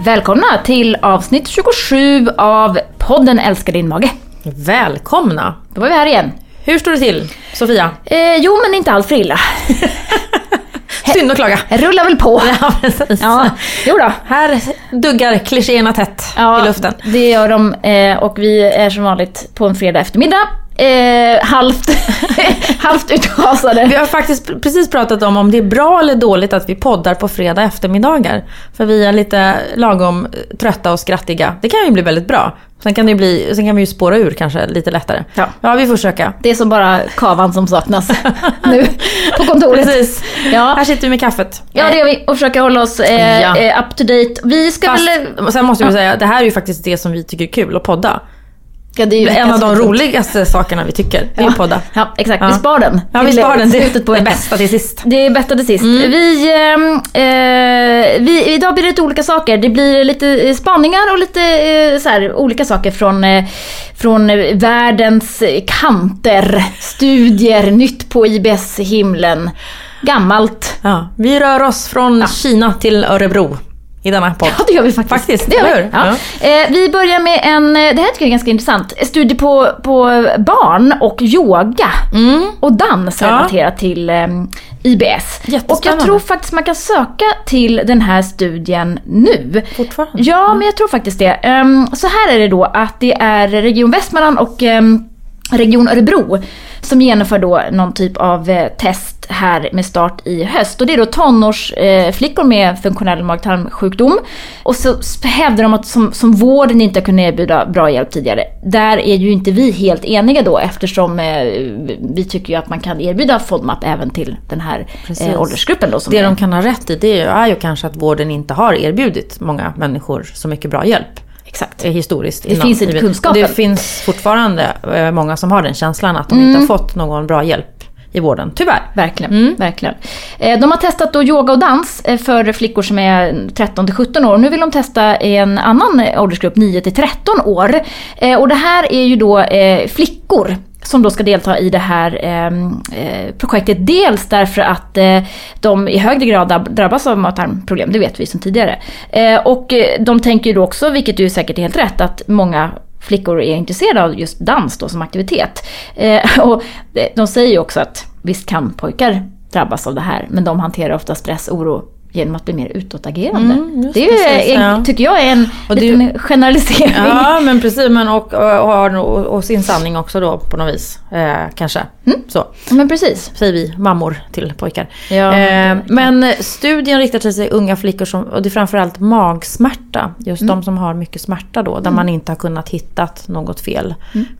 Välkomna till avsnitt 27 av podden Älska din mage. Välkomna. Då var vi här igen. Hur står det till, Sofia? Jo, men inte allt för illa. Synd att klaga. Rullar väl på. Ja, precis. Ja, jo då. Här duggar klichéerna tätt i luften. Det gör de, och vi är som vanligt på en fredag eftermiddag. Halvt utgasade. Vi har faktiskt precis pratat om det är bra eller dåligt att vi poddar på fredag eftermiddagar. För vi är lite lagom trötta och skrattiga. Det kan ju bli väldigt bra. Sen kan vi ju spåra ur kanske lite lättare. Ja, vi får försöka. Det är som bara kavan som saknas nu på kontoret. Precis. Ja. Här sitter vi med kaffet. Ja, det gör vi. Och försöker hålla oss up to date. Vi ska sen måste vi säga, det här är ju faktiskt det som vi tycker är kul att podda. Ja, det är ju en av de roligaste sakerna vi tycker. Det är podda. Ja, exakt. Ja. Vi spar den. Ja, vi spar den. Det är bästa till sist. Det är bästa till sist. Idag blir det lite olika saker. Det blir lite spaningar och lite så här, olika saker från världens kanter. Studier, nytt på IBS-himlen. Gammalt. Ja, vi rör oss från Kina till Örebro i denna podd. Ja, det gör vi faktiskt. Det gör vi. Ja. Vi börjar med det här tycker jag är ganska intressant, studie på barn och yoga och dans relaterat till IBS. Och jag tror faktiskt man kan söka till den här studien nu. Fortfarande? Ja, men jag tror faktiskt det. Så här är det då att det är Region Västmanland och Region Örebro som genomför då någon typ av test här med start i höst. Och det är då tonårsflickor med funktionell mag-tarmsjukdom. Och så hävdar de att som vården inte har kunnat erbjuda bra hjälp tidigare. Där är ju inte vi helt eniga då, eftersom vi tycker ju att man kan erbjuda FODMAP även till den här åldersgruppen då. Det de kan ha rätt i, det är ju kanske att vården inte har erbjudit många människor så mycket bra hjälp. Exakt. Historiskt. Det finns inte kunskapen. Det finns fortfarande många som har den känslan att de inte har fått någon bra hjälp i vården. Tyvärr. Verkligen. Verkligen. De har testat då yoga och dans för flickor som är 13-17 år. Nu vill de testa en annan åldersgrupp, 9-13 år. Och det här är ju då flickor som då ska delta i det här projektet. Dels därför att de i högre grad drabbas av mag-tarmproblem, det vet vi sedan tidigare. Och de tänker ju då också, vilket ju säkert är helt rätt, att många flickor är intresserade av just dans då som aktivitet. Och de säger ju också att visst kan pojkar drabbas av det här, men de hanterar ofta stress, oro genom att bli mer utåtagerande. Det är, tycker jag är en liten generalisering. Ja, men precis. Men och sin sanning också då på något vis. Kanske. Så. Men precis. Säger vi mammor till pojkar. Ja, men studien riktar sig till unga flickor och det är framförallt magsmärta. Just de som har mycket smärta då. Där man inte har kunnat hitta något fel.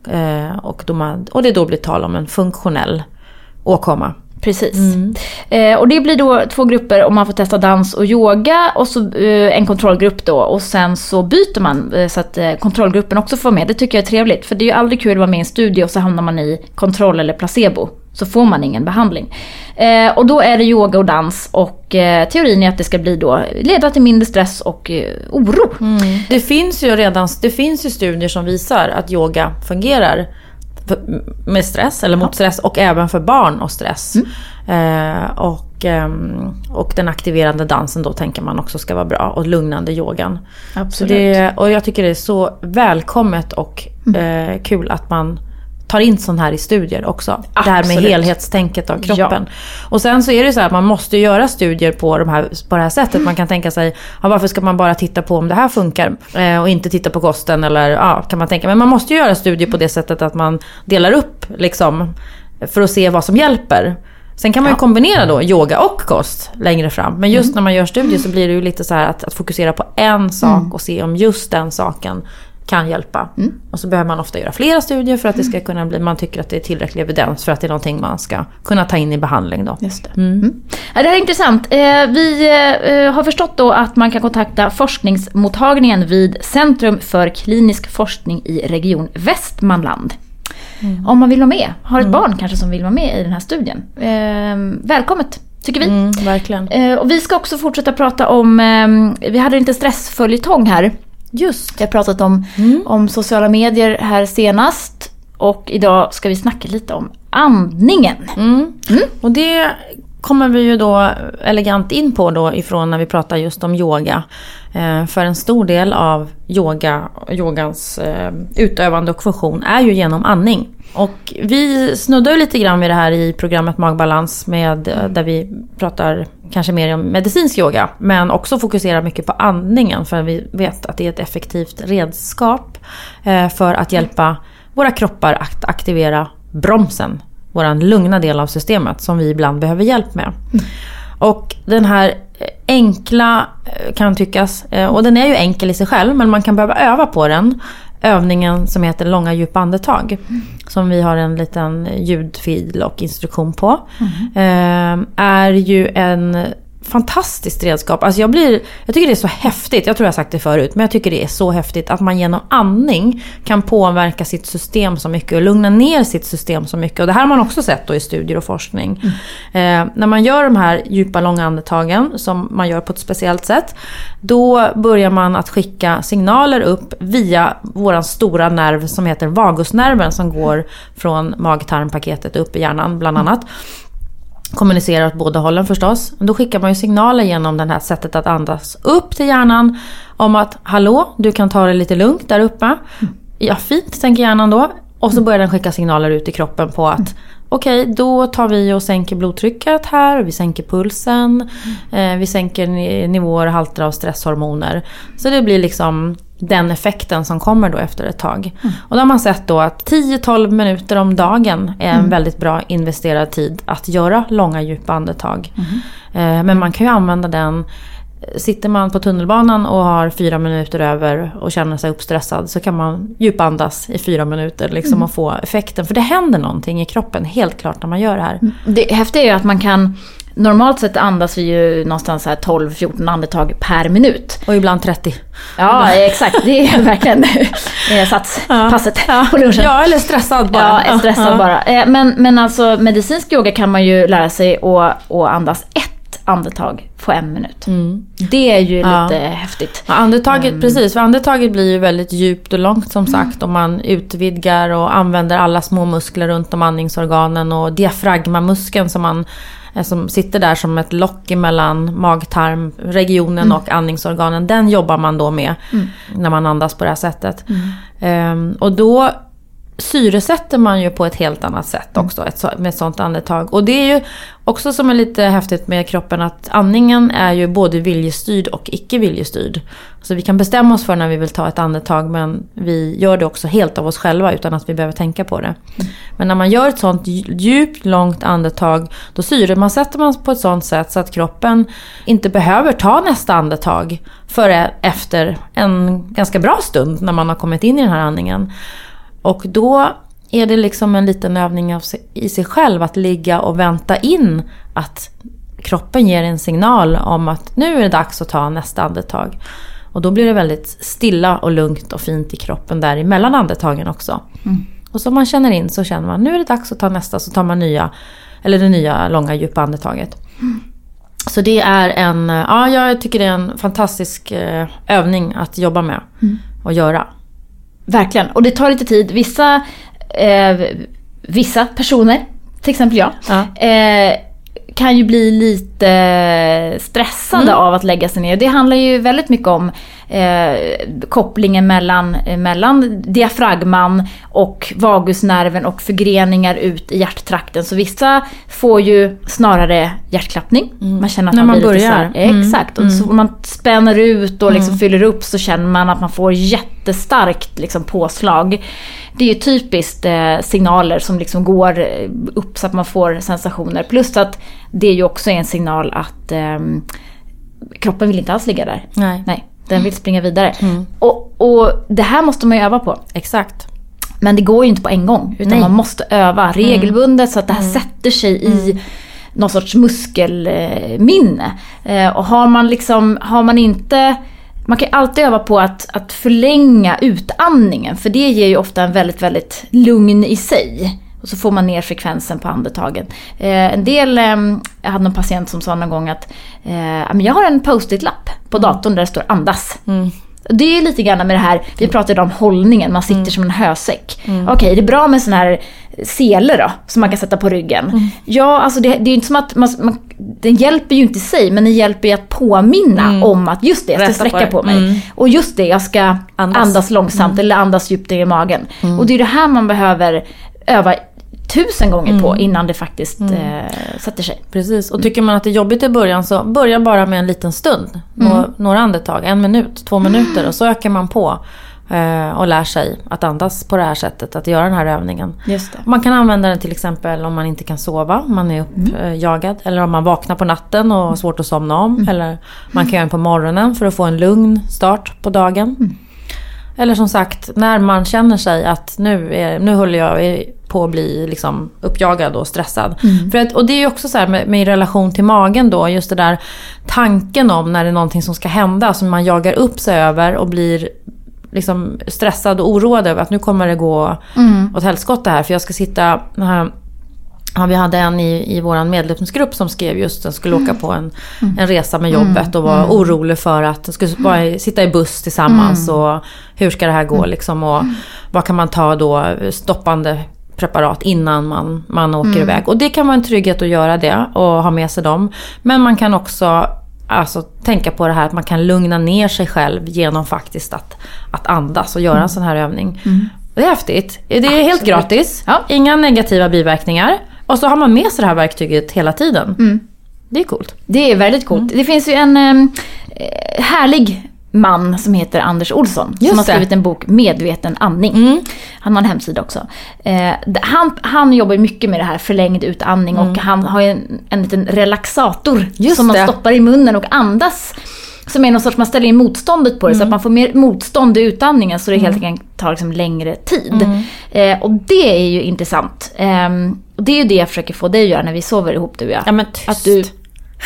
Och det då blir tal om en funktionell åkomma. Precis. Och det blir då 2 grupper om man får testa dans och yoga och så en kontrollgrupp då, och sen så byter man så att kontrollgruppen också får med. Det tycker jag är trevligt, för det är ju aldrig kul att vara med i en studie och så hamnar man i kontroll eller placebo, så får man ingen behandling. Och då är det yoga och dans, och teorin är att det ska bli då leda till mindre stress och oro. Det finns ju studier som visar att yoga fungerar med stress eller mot stress, och även för barn och stress. Och den aktiverande dansen då tänker man också ska vara bra, och lugnande yogan. Absolut. Och jag tycker det är så välkommet och kul att man tar in sån här i studier också. Absolut. Det här med helhetstänket av kroppen. Ja. Och sen så är det så här att man måste göra studier på det här sättet. Man kan tänka sig, varför ska man bara titta på om det här funkar och inte titta på kosten, eller kan man tänka. Men man måste göra studier på det sättet att man delar upp liksom, för att se vad som hjälper. Sen kan man ju kombinera då yoga och kost längre fram. Men just när man gör studier så blir det ju lite så här att fokusera på en sak och se om just den saken kan hjälpa. Och så behöver man ofta göra flera studier för att det ska kunna bli, man tycker att det är tillräcklig evidens för att det är någonting man ska kunna ta in i behandling då. Just det. Ja, det här är intressant. Vi har förstått då att man kan kontakta forskningsmottagningen vid Centrum för klinisk forskning i Region Västmanland. Om man vill vara med. Har ett barn kanske som vill vara med i den här studien. Välkommet, tycker vi. Verkligen. Och vi ska också fortsätta prata om, vi hade lite stressföljetong här. Just. Vi har pratat om sociala medier här senast. Och idag ska vi snacka lite om andningen. Och det kommer vi ju då elegant in på då ifrån när vi pratar just om yoga. För en stor del av yogans utövande och funktion är ju genom andning. Och vi snuddar ju lite grann vid det här i programmet Magbalans där vi pratar kanske mer om medicinsk yoga, men också fokuserar mycket på andningen, för vi vet att det är ett effektivt redskap för att hjälpa våra kroppar att aktivera bromsen, våran lugna del av systemet som vi ibland behöver hjälp med. Och den här enkla kan tyckas, och den är ju enkel i sig själv, men man kan behöva öva på den. Övningen som heter långa djupa andetag, som vi har en liten ljudfil och instruktion på, är ju en fantastiskt redskap. Alltså jag tycker det är så häftigt, jag tror jag har sagt det förut, men jag tycker det är så häftigt att man genom andning kan påverka sitt system så mycket och lugna ner sitt system så mycket. Och det här har man också sett då i studier och forskning. När man gör de här djupa långa andetagen som man gör på ett speciellt sätt, då börjar man att skicka signaler upp via våran stora nerv som heter vagusnerven, som går från mag-tarmpaketet upp i hjärnan bland annat. Kommunicerar åt båda hållen förstås. Då skickar man ju signaler genom det här sättet att andas upp till hjärnan om att hallå, du kan ta det lite lugnt där uppe. Ja, fint, tänker hjärnan då. Och så börjar den skicka signaler ut i kroppen på att okej, då tar vi och sänker blodtrycket här, vi sänker pulsen, vi sänker nivåer och halter av stresshormoner. Så det blir liksom den effekten som kommer då efter ett tag. Och då har man sett då att 10-12 minuter om dagen är en väldigt bra investerad tid att göra långa djupa andetag. Men man kan ju använda den. Sitter man på tunnelbanan och har 4 minuter över och känner sig uppstressad, så kan man djupandas i 4 minuter liksom och få effekten. För det händer någonting i kroppen helt klart när man gör det här. Det häftiga är ju att man kan, normalt sett andas vi ju någonstans här 12-14 andetag per minut. Och ibland 30. Ja, exakt. Det är verkligen passet på lunchen. Ja, eller stressad bara. Ja, stressad bara. Men alltså medicinsk yoga kan man ju lära sig att andas ett andetag på 1 minut. Det är ju lite häftigt. Ja, andetaget, precis. För andetaget blir ju väldigt djupt och långt som sagt. Om man utvidgar och använder alla små muskler runt om andningsorganen. Och diafragmamuskeln som sitter där som ett lock mellan mag-tarmregionen och andningsorganen. Den jobbar man då med när man andas på det här sättet. Och då syresätter man ju på ett helt annat sätt också med ett sånt andetag. Och det är ju också som är lite häftigt med kroppen, att andningen är ju både viljestyrd och icke-viljestyrd. Så vi kan bestämma oss för när vi vill ta ett andetag, men vi gör det också helt av oss själva utan att vi behöver tänka på det. Men när man gör ett sånt djupt, långt andetag, då sätter man på ett sånt sätt så att kroppen inte behöver ta nästa andetag för efter en ganska bra stund när man har kommit in i den här andningen. Och då är det liksom en liten övning i sig själv att ligga och vänta in att kroppen ger en signal om att nu är det dags att ta nästa andetag. Och då blir det väldigt stilla och lugnt och fint i kroppen där emellan andetagen också. Och så man känner in, så känner man nu är det dags att ta nästa, så tar man det nya långa djupa andetaget. Så det är jag tycker det är en fantastisk övning att jobba med och göra. Verkligen, och det tar lite tid. Vissa personer, till exempel jag, kan ju bli lite stressade av att lägga sig ner. Det handlar ju väldigt mycket om kopplingen mellan diafragman och vagusnerven och förgreningar ut i hjärttrakten. Så vissa får ju snarare hjärtklappning. Man känner att när man blir börjar. Lite så här, exakt. Och så man spänner ut och liksom fyller upp, så känner man att man får jättestarkt liksom påslag. Det är ju typiskt signaler som liksom går upp så att man får sensationer. Plus att det är ju också en signal att kroppen vill inte alls ligga där. Nej. Den vill springa vidare. Och det här måste man ju öva på. Exakt. Men det går ju inte på en gång. Utan man måste öva regelbundet så att det här sätter sig i någon sorts muskelminne. Och har man inte... Man kan alltid öva på att förlänga utandningen. För det ger ju ofta en väldigt, väldigt lugn i sig. Och så får man ner frekvensen på andetagen. Jag hade någon patient som sa någon gång att jag har en post-it-lapp på datorn där det står andas. Det är lite grann med det här, vi pratade om hållningen, man sitter som en hösäck. Okej, det är bra med såna här seler då, som man kan sätta på ryggen. Ja, alltså det är inte som att man den hjälper ju inte i sig, men den hjälper ju att påminna om att just det, jag ska sträcka på mig. Och just det, jag ska andas långsamt eller andas djupt i magen. Och det är det här man behöver öva 1000 gånger på innan det faktiskt sätter sig. Precis, och tycker man att det är jobbigt i början, så börja bara med en liten stund. Några andetag, 1 minut, 2 minuter, och så ökar man på. Och lär sig att andas på det här sättet, att göra den här övningen. Just det. Man kan använda den till exempel om man inte kan sova, om man är uppjagad, eller om man vaknar på natten och har svårt att somna om, eller man kan göra den på morgonen för att få en lugn start på dagen. Eller som sagt, när man känner sig att nu håller jag på att bli liksom uppjagad och stressad. Och det är ju också så här med i relation till magen då, just det där tanken om när det är någonting som ska hända som man jagar upp sig över och blir liksom stressad och oroad över att nu kommer det gå åt helskott det här, för jag ska sitta här. Ja, vi hade en i våran medlemsgrupp som skrev just att den skulle åka på en resa med jobbet och var orolig för att den skulle bara sitta i buss tillsammans och hur ska det här gå liksom, och vad kan man ta då stoppande preparat innan man åker iväg. Och det kan vara en trygghet att göra det och ha med sig dem, men man kan också tänka på det här att man kan lugna ner sig själv genom faktiskt att andas och göra en sån här övning. Det är häftigt. Det är helt gratis. Inga negativa biverkningar. Och så har man med sig det här verktyget hela tiden. Det är coolt. Det är väldigt coolt. Det finns ju en härlig man som heter Anders Olsson som har skrivit en bok Medveten andning. Han har en hemsida också. Han jobbar mycket med det här förlängd utandning och han har en liten relaxator som man stoppar i munnen och andas, som är någon sorts, man ställer in motståndet på det så att man får mer motstånd i utandningen, så det helt enkelt tar liksom längre tid. Och det är ju intressant. Och det är ju det jag försöker få dig att göra när vi sover ihop, du och jag. Ja, men tyst. Att du...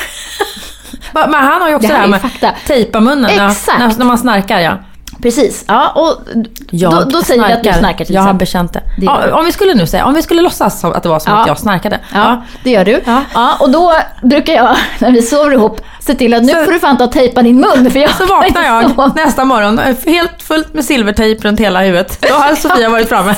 Men han har ju också det här med tejpa munnen när man snarkar, Precis, ja, och då säger vi att du snarkar till. Jag har bekänt det. Om vi skulle låtsas att det var som att jag snarkade. Ja, det gör du. Ja, och då brukar jag, när vi sover ihop, se till att nu får du fan ta tejpa din mun. För så vaknar jag nästa morgon helt fullt med silvertejp runt hela huvudet. Då har Sofia varit framme.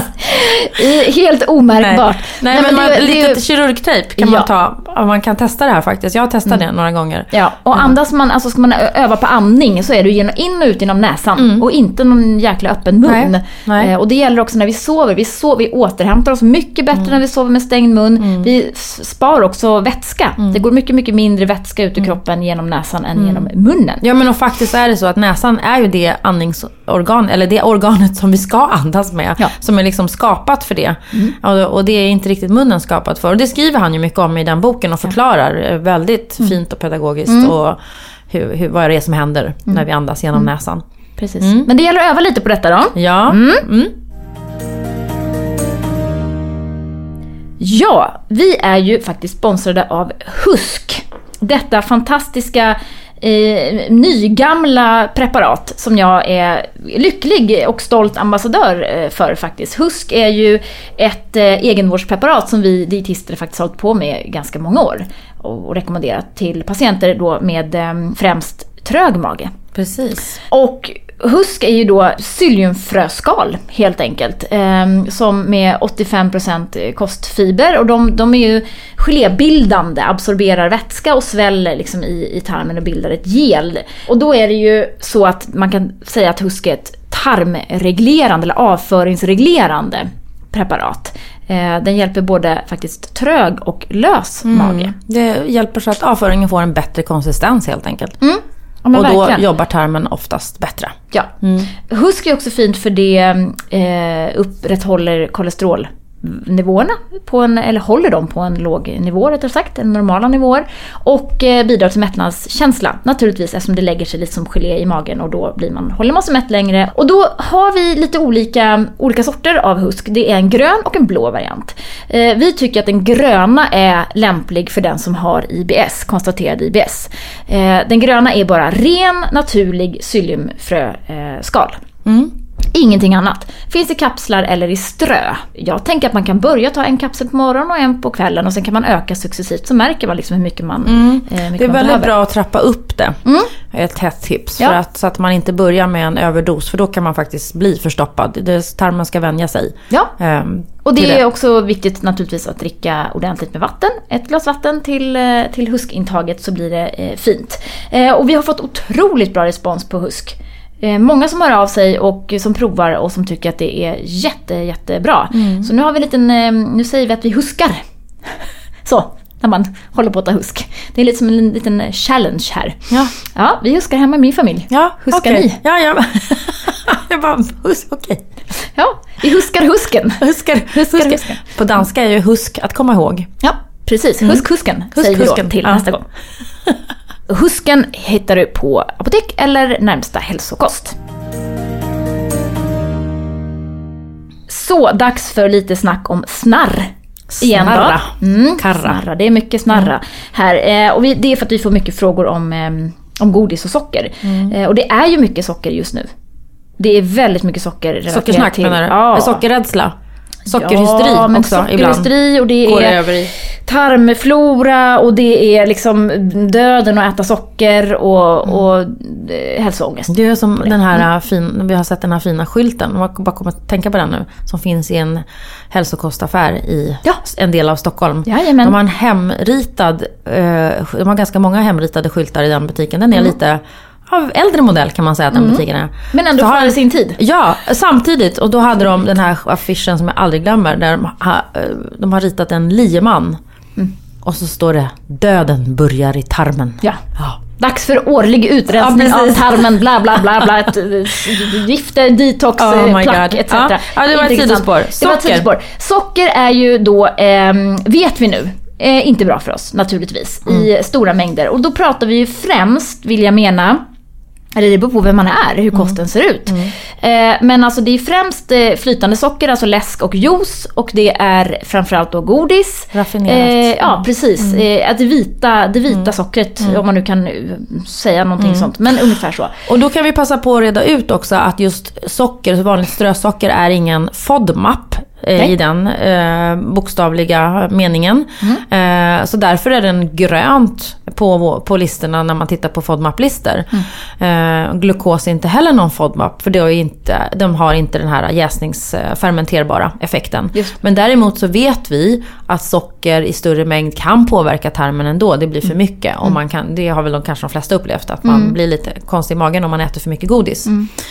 Helt omärkbart. Nej, men lite kirurgtejp kan man ta. Man kan testa det här faktiskt. Jag har testat det några gånger. Ja, och andas man, alltså ska man öva på andning, så är du in och ut genom näsan. Och inte någon jäkla öppen mun. Nej. Och det gäller också när vi sover. Vi återhämtar oss mycket bättre när vi sover med stängd mun. Vi spar också vätska. Det går mycket, mycket mindre vätska ut i kroppen genom näsan än genom munnen. Ja, men och faktiskt är det så att näsan är ju det andningsorgan, eller det organet som vi ska andas med, som är liksom skapat för det. Och det är inte riktigt munnen skapat för. Och det skriver han ju mycket om i den boken och förklarar väldigt fint och pedagogiskt och vad det är som händer när vi andas genom näsan. Precis. Men det gäller att öva lite på detta då. Ja. Ja, vi är ju faktiskt sponsrade av Husk. Detta fantastiska nygamla preparat som jag är lycklig och stolt ambassadör för faktiskt. Husk är ju ett egenvårdspreparat som vi dietister faktiskt har hållit på med ganska många år och rekommenderat till patienter då med främst trög mage. Precis. Och Husk är ju då psylliumfröskal helt enkelt, som med 85% kostfiber, och de är ju gelébildande, absorberar vätska och sväller liksom i tarmen och bildar ett gel. Och då är det ju så att man kan säga att Husk är ett tarmreglerande eller avföringsreglerande preparat. Den hjälper både faktiskt trög och lös mage. Det hjälper så att avföringen får en bättre konsistens helt enkelt. Ja, och då jobbar tarmen oftast bättre. Ja. Husk är också fint för det upprätthåller kolesterolnivåerna eller håller dem på en låg nivå rättare sagt, en normala nivåer, och bidrar till mättnadskänsla naturligtvis, eftersom det lägger sig lite som gelé i magen, och då håller man sig mätt längre. Och då har vi lite olika sorter av Husk. Det är en grön och en blå variant. Vi tycker att den gröna är lämplig för den som har IBS, konstaterad IBS. Den gröna är bara ren naturlig psylliumfröskal. Ingenting annat. Finns i kapslar eller i strö. Jag tänker att man kan börja ta en kapsel på morgonen och en på kvällen och sen kan man öka successivt, så märker man liksom hur mycket man mycket det är man väldigt behöver. bra att trappa upp det. Ett hett tips. För att, så att man inte börjar med en överdos, för då kan man faktiskt bli förstoppad. Tarmen ska vänja sig. Ja. Och det är också viktigt naturligtvis att dricka ordentligt med vatten. Ett glas vatten till huskintaget, så blir det fint. Och vi har fått otroligt bra respons på husk. Många som hör av sig och som provar och som tycker att det är jättebra. Så nu har vi nu säger vi att vi huskar. Så, när man håller på att ta husk. Det är lite som en liten challenge här. Ja, vi huskar hemma i min familj. Ja, huskar ni? Ja. Jag bara, okej. Ja, vi huskar husken. Huskar. På danska är ju husk att komma ihåg. Ja, precis. Husken säger vi då till nästa gång. Husken hittar du på apotek eller närmsta hälsokost. Så, dags för lite snack om snarr. Snarra. Snarra. Det är mycket snarra här. Och det är för att vi får mycket frågor om godis och socker. Och det är ju mycket socker just nu. Det är väldigt mycket socker. Sockersnack menar du? Ja. Sockerrädsla. Sockerhysteri men också sockerhysteri ibland. Och det går är över i tarmflora och det är liksom döden att äta socker och hälsoångest. Det är som den här vi har sett den här fina skylten. Man bara kommer att tänka på den nu, som finns i en hälsokostaffär i en del av Stockholm. Jajamän. De har en hemritad de har ganska många hemritade skyltar i den butiken. Den är lite av äldre modell kan man säga att den butiken är. Men ändå före sin tid. Ja, samtidigt. Och då hade de den här affischen som jag aldrig glömmer. Där de har ritat en lieman. Och så står det: döden börjar i tarmen. Ja. Dags för årlig utrensning av tarmen, bla bla bla bla, gifter, detox, plack, etc. Ja, det var ett sidospår. Socker är ju då, vet vi nu, inte bra för oss naturligtvis i stora mängder. Och då pratar vi ju främst, vill jag mena, eller det beror på vem man är, hur kosten ser ut. Men alltså det är främst flytande socker, alltså läsk och juice. Och det är framförallt då godis. Raffinerat. Ja, precis. Att det vita sockret, om man nu kan säga någonting sånt. Men ungefär så. Och då kan vi passa på att reda ut också att just socker, vanligt strösocker, är ingen FODMAP. I den bokstavliga meningen. Så därför är den grönt på listorna när man tittar på FODMAP-listor. Glukos är inte heller någon FODMAP, för de har inte den här jäsningsfermenterbara effekten. Men däremot så vet vi att socker i större mängd kan påverka tarmen ändå. Det blir för mycket. Och det har väl kanske de flesta upplevt, att man blir lite konstig i magen om man äter för mycket godis.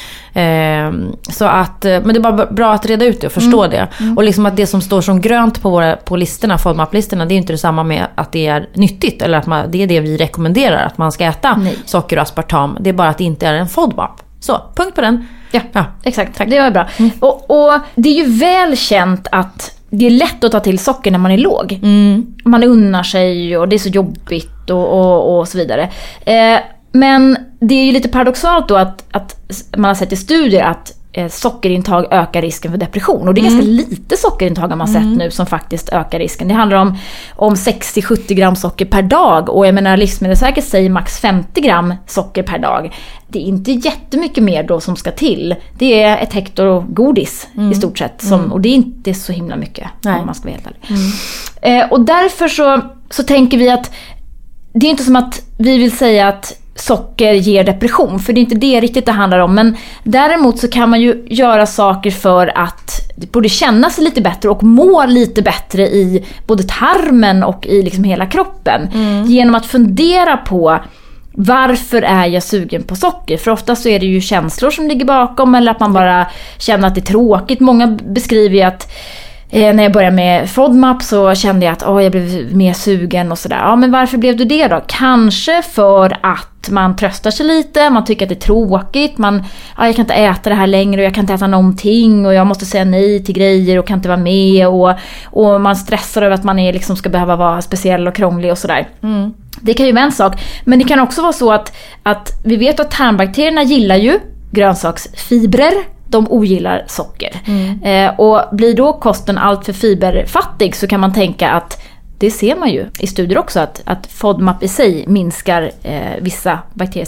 Så att, men det är bara bra att reda ut det och förstå det. Och liksom att det som står som grönt på listorna, FODMAP-listorna, det är inte detsamma med att det är nyttigt, eller att det är det vi rekommenderar att man ska äta. Socker och aspartam. Det är bara att det inte är en FODMAP. Så, punkt på den. Ja. Exakt. Tack. Det var bra. Och det är ju väl känt att det är lätt att ta till socker när man är låg. Man unnar sig och det är så jobbigt och så vidare. Men det är ju lite paradoxalt då att man har sett i studier att sockerintag ökar risken för depression. Och det är ganska lite sockerintag har man sett nu som faktiskt ökar risken. Det handlar om 60-70 gram socker per dag. Och jag menar, Livsmedelsverket säger max 50 gram socker per dag. Det är inte jättemycket mer då som ska till. Det är ett hektar godis i stort sett. Och det är inte så himla mycket. Om man ska vara helt ärlig. Och därför så tänker vi att det är inte som att vi vill säga att socker ger depression, för det är inte det riktigt det handlar om. Men däremot så kan man ju göra saker för att det borde kännas lite bättre och må lite bättre i både tarmen och i liksom hela kroppen. Genom att fundera på: varför är jag sugen på socker? För ofta så är det ju känslor som ligger bakom, eller att man bara känner att det är tråkigt. Många beskriver ju att när jag började med FODMAP så kände jag att jag blev mer sugen och sådär. Ja, men varför blev du det då? Kanske för att man tröstar sig lite, man tycker att det är tråkigt, jag kan inte äta det här längre och jag kan inte äta någonting och jag måste säga nej till grejer och kan inte vara med och man stressar över att man liksom ska behöva vara speciell och krånglig och sådär. Det kan ju vara en sak, men det kan också vara så att vi vet att tarmbakterierna gillar ju grönsaksfibrer. De ogillar socker. Och blir då kosten allt för fiberfattig så kan man tänka att, det ser man ju i studier också, att FODMAP i sig minskar vissa bakteriestammar.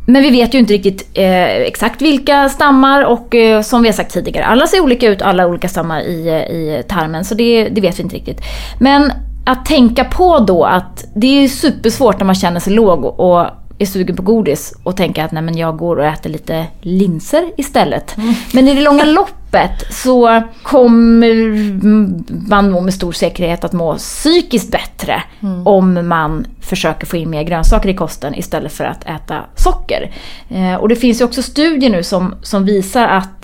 Men vi vet ju inte riktigt exakt vilka stammar och som vi har sagt tidigare, alla ser olika ut, alla olika stammar i tarmen, så det vet vi inte riktigt. Men att tänka på då att det är supersvårt när man känner sig låg och är sugen på godis och tänka att nej, men jag går och äter lite linser istället. Men i det långa loppet så kommer man nog med stor säkerhet att må psykiskt bättre om man försöker få in mer grönsaker i kosten istället för att äta socker. Och det finns ju också studier nu som visar att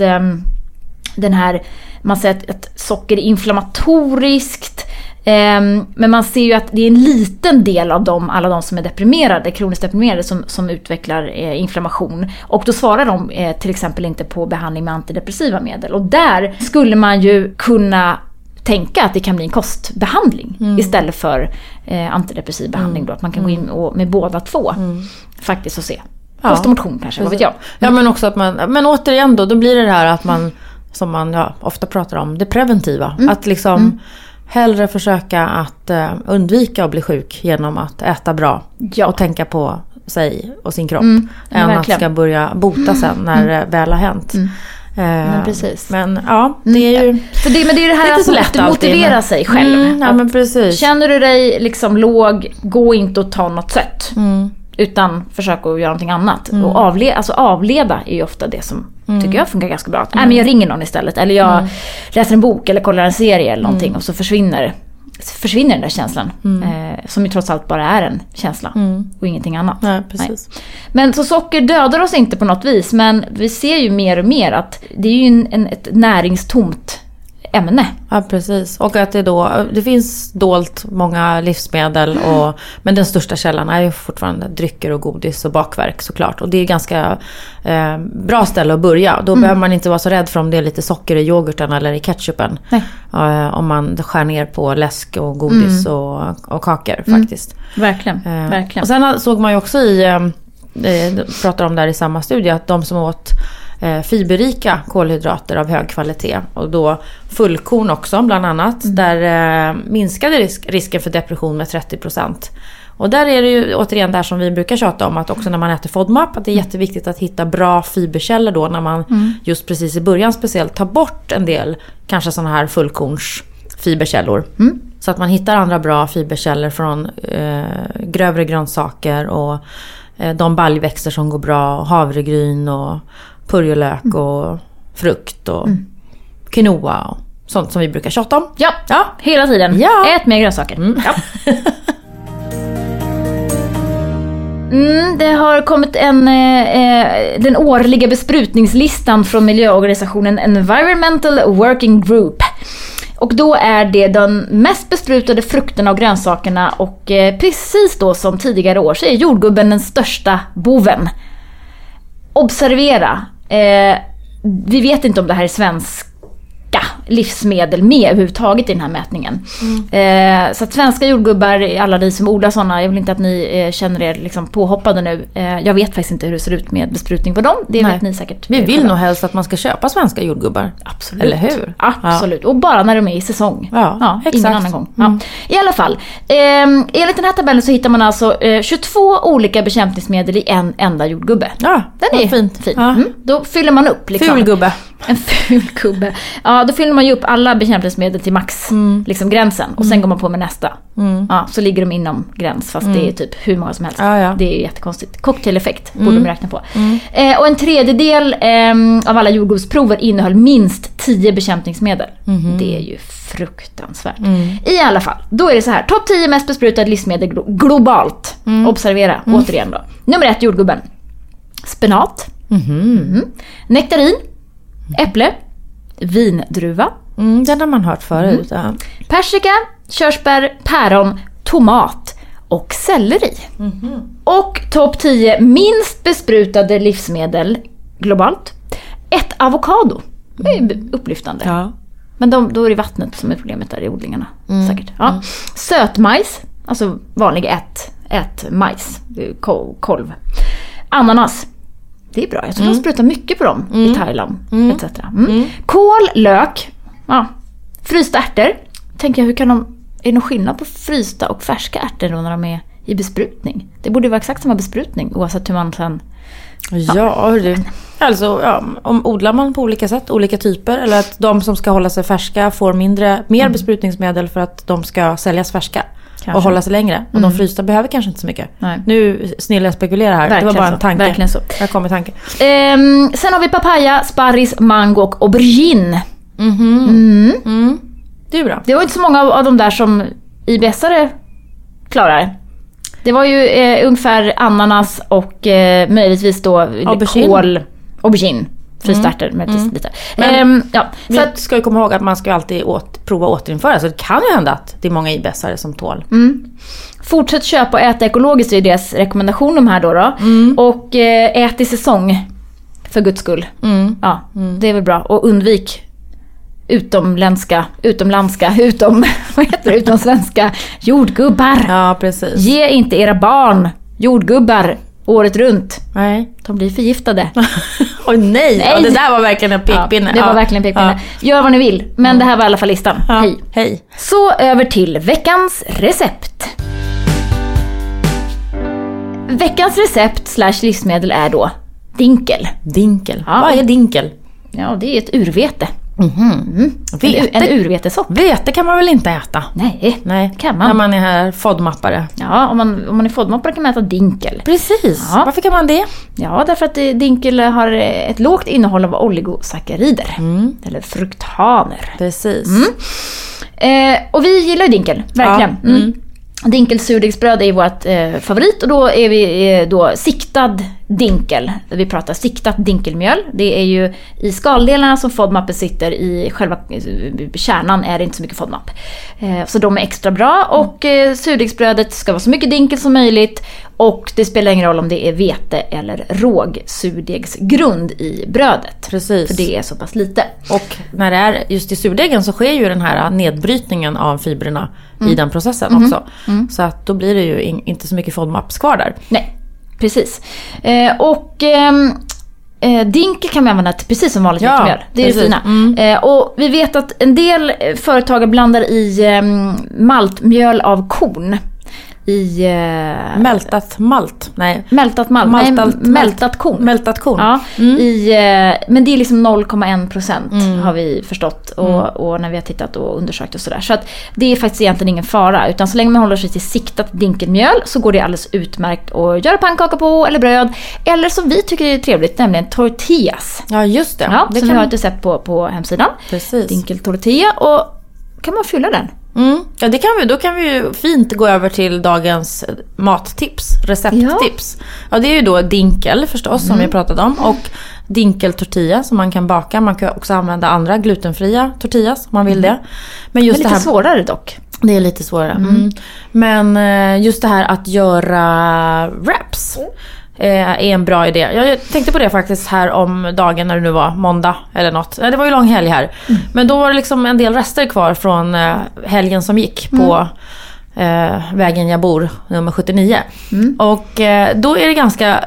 den här, man säger att socker är inflammatoriskt. Men man ser ju att det är en liten del av alla de som är deprimerade, kroniskt deprimerade, som utvecklar inflammation. Och då svarar de till exempel inte på behandling med antidepressiva medel. Och där skulle man ju kunna tänka att det kan bli en kostbehandling istället för antidepressiv behandling. Då, att man kan gå in med båda två faktiskt och se. Kost och motion kanske, vad vet jag. Ja, men också att men återigen då blir det här att man, som man ofta pratar om, det preventiva. Att liksom hellre försöka att undvika att bli sjuk genom att äta bra och tänka på sig och sin kropp än att ska börja bota sen när det väl har hänt. Men precis. Men ja, det är ju men det är det här att måste motivera sig själv. Ja, men precis. Känner du dig liksom låg, gå inte och ta något sött. Utan försök att göra någonting annat. Och avleda är ju ofta det som tycker jag funkar ganska bra. Men jag ringer någon istället. Eller jag läser en bok eller kollar en serie eller någonting. Och så försvinner den där känslan. Som ju trots allt bara är en känsla. Och ingenting annat. Nej, precis. Nej. Men så socker dödar oss inte på något vis. Men vi ser ju mer och mer att det är ju ett näringstomt ämne. Ja, precis. Och att det finns dolt många livsmedel men den största källan är ju fortfarande drycker och godis och bakverk såklart. Och det är ganska bra ställe att börja. Då behöver man inte vara så rädd för om det är lite socker i yoghurten eller i ketchupen. Om man skär ner på läsk och godis och kakor faktiskt. Verkligen. Och sen såg man ju också pratar om där i samma studie att de som åt fiberrika kolhydrater av hög kvalitet och då fullkorn också bland annat, där minskade risken för depression med 30%. Och där är det ju återigen där som vi brukar tjata om, att också när man äter FODMAP att det är jätteviktigt att hitta bra fiberkällor då när man just precis i början speciellt tar bort en del kanske sådana här fullkorns fiberkällor. Så att man hittar andra bra fiberkällor från grövre grönsaker och de baljväxter som går bra, havregryn och purjolök och frukt och quinoa och sånt som vi brukar tjata om. Ja, hela tiden. Ja. Ät mer grönsaker. Ja. Det har kommit den årliga besprutningslistan från miljöorganisationen Environmental Working Group. Och då är det de mest besprutade frukterna och grönsakerna, och precis då som tidigare år så är jordgubben den största boven. Observera, vi vet inte om det här är svenska livsmedel med överhuvudtaget i den här mätningen. Så att svenska jordgubbar, alla ni som odlar sådana, jag vill inte att ni känner er liksom påhoppade nu. Jag vet faktiskt inte hur det ser ut med besprutning på dem. Det vet ni säkert. Vi vill nog helst att man ska köpa svenska jordgubbar. Absolut. Eller hur? Absolut. Ja. Och bara när de är i säsong. Ja, exakt. Ingen annan gång. Ja. I alla fall, enligt den här tabellen så hittar man alltså 22 olika bekämpningsmedel i en enda jordgubbe. Ja, den är fin. Ja. Då fyller man upp liksom. Ful gubbe. En ful gubbe. Ja, då fyller man ju upp alla bekämpningsmedel till max liksom gränsen. Och sen går man på med nästa. Ja, så ligger de inom gräns, fast det är typ hur många som helst. Ja. Det är ju jättekonstigt. Cocktaileffekt borde de räkna på. Och en tredjedel av alla jordgubbsprover innehöll minst 10 bekämpningsmedel. Det är ju fruktansvärt. I alla fall, då är det så här. Topp 10 mest besprutade livsmedel globalt. Observera, återigen då. Nummer 1, jordgubben. Spenat. Nektarin. Äpple. Vindruva. Den har man hört förut. Ja. Persika, körsbär, päron, tomat och selleri. Och topp 10 minst besprutade livsmedel globalt. 1 avokado. Det är upplyftande. Ja. Men då är det vattnet som är problemet där i odlingarna. Säkert. Ja. Sötmajs, alltså vanlig ät majs, kolv. Ananas. Det är bra. Jag tror de sprutar mycket på dem i Thailand etc. Kål, lök, frysta ärtor. Tänker jag, hur kan är det någon skillnad på frysta och färska ärtor då när de är i besprutning? Det borde vara exakt samma besprutning oavsett hur man sen Odlar man på olika sätt, olika typer, eller att de som ska hålla sig färska får mer besprutningsmedel för att de ska säljas färska. Kanske. Och hålla sig längre. Och de frysta behöver kanske inte så mycket. Nej. Nu snillar jag spekulerar här. Verkligen det var bara en tanke. Verkligen så. Jag kom i tanke. Sen har vi papaya, sparris, mango och aubergine. Det är bra. Det var inte så många av de där som IBS-are klarar. Det var ju ungefär ananas och möjligtvis då kål, aubergine. Frystarter med lite. Men vi ska ju komma ihåg att man ska alltid prova återinföra. Så det kan ju hända att det är många IBS-are som tål. Fortsätt köpa och äta ekologiskt, är deras rekommendation de här då. Och ät i säsong. För guds skull. Det är väl bra. Och undvik utomsvenska jordgubbar. Ja, precis. Ge inte era barn jordgubbar året runt. Nej. De blir förgiftade. Nej. Ja, det där var verkligen en pekpinne. Ja, det var verkligen en pekpinne. Gör vad ni vill, men det här var i alla fall listan. Hej. Så över till veckans recept. Veckans recept / livsmedel är då dinkel. Ja. Vad är dinkel? Ja, det är ett urvete. En urvetesopp. Vete kan man väl inte äta? Nej, kan man. När man är här FODMappare. Ja, om man är FODMappare kan man äta dinkel. Precis. Ja. Varför kan man det? Ja, därför att dinkel har ett lågt innehåll av oligosackarider. Eller fruktaner. Precis. Och vi gillar ju dinkel, verkligen. Dinkelsurdegsbröd är vårt favorit, och då är vi då siktad dinkel. Vi pratar siktat dinkelmjöl. Det är ju i skaldelarna som FODMAP sitter, i själva kärnan är det inte så mycket FODMAP. Så de är extra bra, och surdegsbrödet ska vara så mycket dinkel som möjligt, och det spelar ingen roll om det är vete eller rågsurdegsgrund i brödet. Precis. För det är så pass lite. Och när det är just i surdegen så sker ju den här nedbrytningen av fibrerna i den processen också. Så att då blir det ju inte så mycket FODMAPs kvar där. Nej, precis. Dinkel kan man använda precis som vanligt mjöl. Det är det fina. Och vi vet att en del företag blandar i maltmjöl av korn. I mältat malt. Mältat korn. Mältat korn. Ja, men det är liksom 0,1% har vi förstått, och när vi har tittat och undersökt och sådär. Så att det är faktiskt egentligen ingen fara, utan så länge man håller sig till siktat dinkelmjöl så går det alldeles utmärkt att göra pannkaka på, eller bröd, eller som vi tycker är trevligt, nämligen tortillas. Ja, just det. Ja, det som vi har ett recept på hemsidan. Precis. Dinkeltortilla, och kan man fylla den? Ja, det kan vi. Då kan vi ju fint gå över till dagens mattips, recepttips. Ja, det är ju då dinkel förstås, som vi pratade om, och dinkeltortilla som man kan baka. Man kan också använda andra glutenfria tortillas om man vill det. Men just det är lite svårare dock. Det är lite svårare. Men just det här att göra wraps är en bra idé. Jag tänkte på det faktiskt här om dagen, när det nu var måndag eller något. Det var ju lång helg här. Men då var det liksom en del rester kvar från helgen som gick på vägen jag bor, nummer 79. Och då är det ganska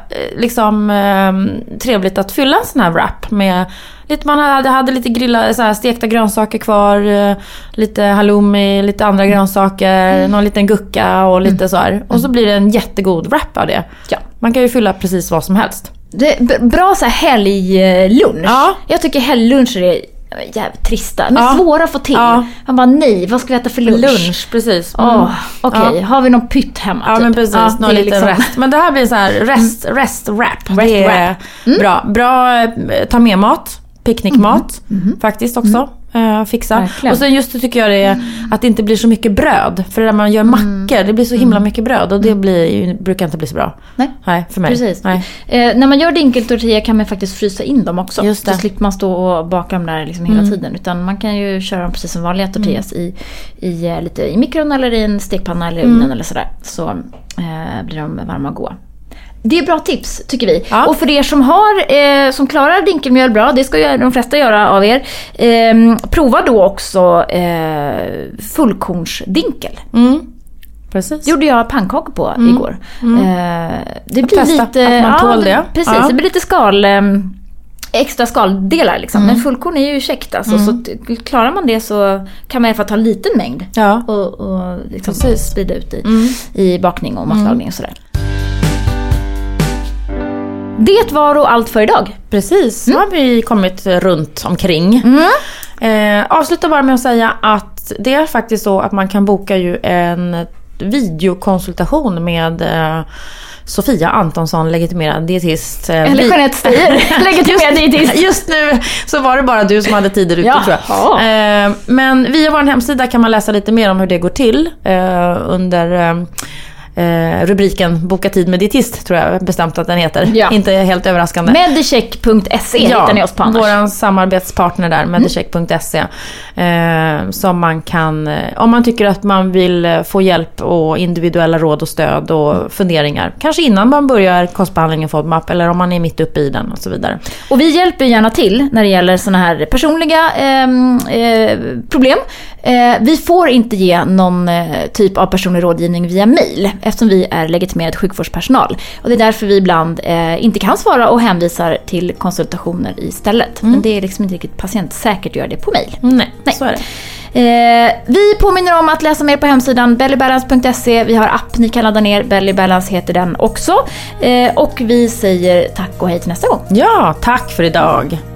trevligt att fylla en sån här wrap med lite, man hade lite grillade, så här, stekta grönsaker kvar, lite halloumi, lite andra grönsaker, någon liten gucka och lite så här. Och så blir det en jättegod wrap av det. Ja. Man kan ju fylla precis vad som helst. Det är bra så här helglunch. Ja. Jag tycker helgluncher är jävligt trista, men svåra att få till. Man bara, nej, vad ska vi äta för lunch? Precis. Okej, har vi någon pytt hemma? Ja, typ? Men precis, någon liten rest. Men det här blir så här rest wrap. Det är bra ta med mat, picknickmat faktiskt också. Fixa. Verkligen. Och sen just det tycker jag det är att det inte blir så mycket bröd. För när man gör mackor, det blir så himla mycket bröd, och det brukar inte bli så bra. Nej, för mig. Precis. Nej. När man gör dinkeltortilla kan man faktiskt frysa in dem också. Just det. Så slipper man stå och baka dem där liksom hela tiden. Utan man kan ju köra dem precis som vanliga tortillas lite i mikron eller i en stekpanna eller ugnen eller sådär. Så blir de varma och goda. Det är bra tips, tycker vi. Ja. Och för er som klarar dinkelmjöl bra, det ska ju de flesta göra av er, prova då också fullkornsdinkel. Precis. Gjorde jag pannkakor på igår. Det blir lite, att man tål det. Precis, det blir lite extra skaldelar liksom. Men fullkorn är ju käckt alltså, så klarar man det så kan man i alla fall ta en liten mängd och liksom sprida ut i bakning och matlagning och sådär. Det var och allt för idag. Precis, nu har vi kommit runt omkring. Avsluta bara med att säga att det är faktiskt så att man kan boka ju en videokonsultation med Sofia Antonsson, legitimerad dietist. Eller Jeanette Stier, legitimerad dietist. Just nu så var det bara du som hade tider ute, tror jag. Men via vår hemsida kan man läsa lite mer om hur det går till under rubriken Boka tid med dietist, tror jag bestämt att den heter. Ja. Inte helt överraskande. Medicheck.se hittar ni oss på annars. Vår samarbetspartner där, Medicheck.se, som man kan, om man tycker att man vill få hjälp och individuella råd och stöd och funderingar, kanske innan man börjar kostbehandlingen FODMAP, eller om man är mitt uppe i den och så vidare. Och vi hjälper gärna till när det gäller såna här personliga problem. Vi får inte ge någon typ av personlig rådgivning via mail, eftersom vi är legitimerad sjukvårdspersonal. Och det är därför vi ibland inte kan svara och hänvisar till konsultationer istället. Men det är liksom inte riktigt patientsäkert att göra det på mail. Nej, så är det. Vi påminner om att läsa mer på hemsidan bellybalance.se. Vi har app ni kan ladda ner. Bellybalance heter den också. Och vi säger tack och hej till nästa gång. Ja, tack för idag.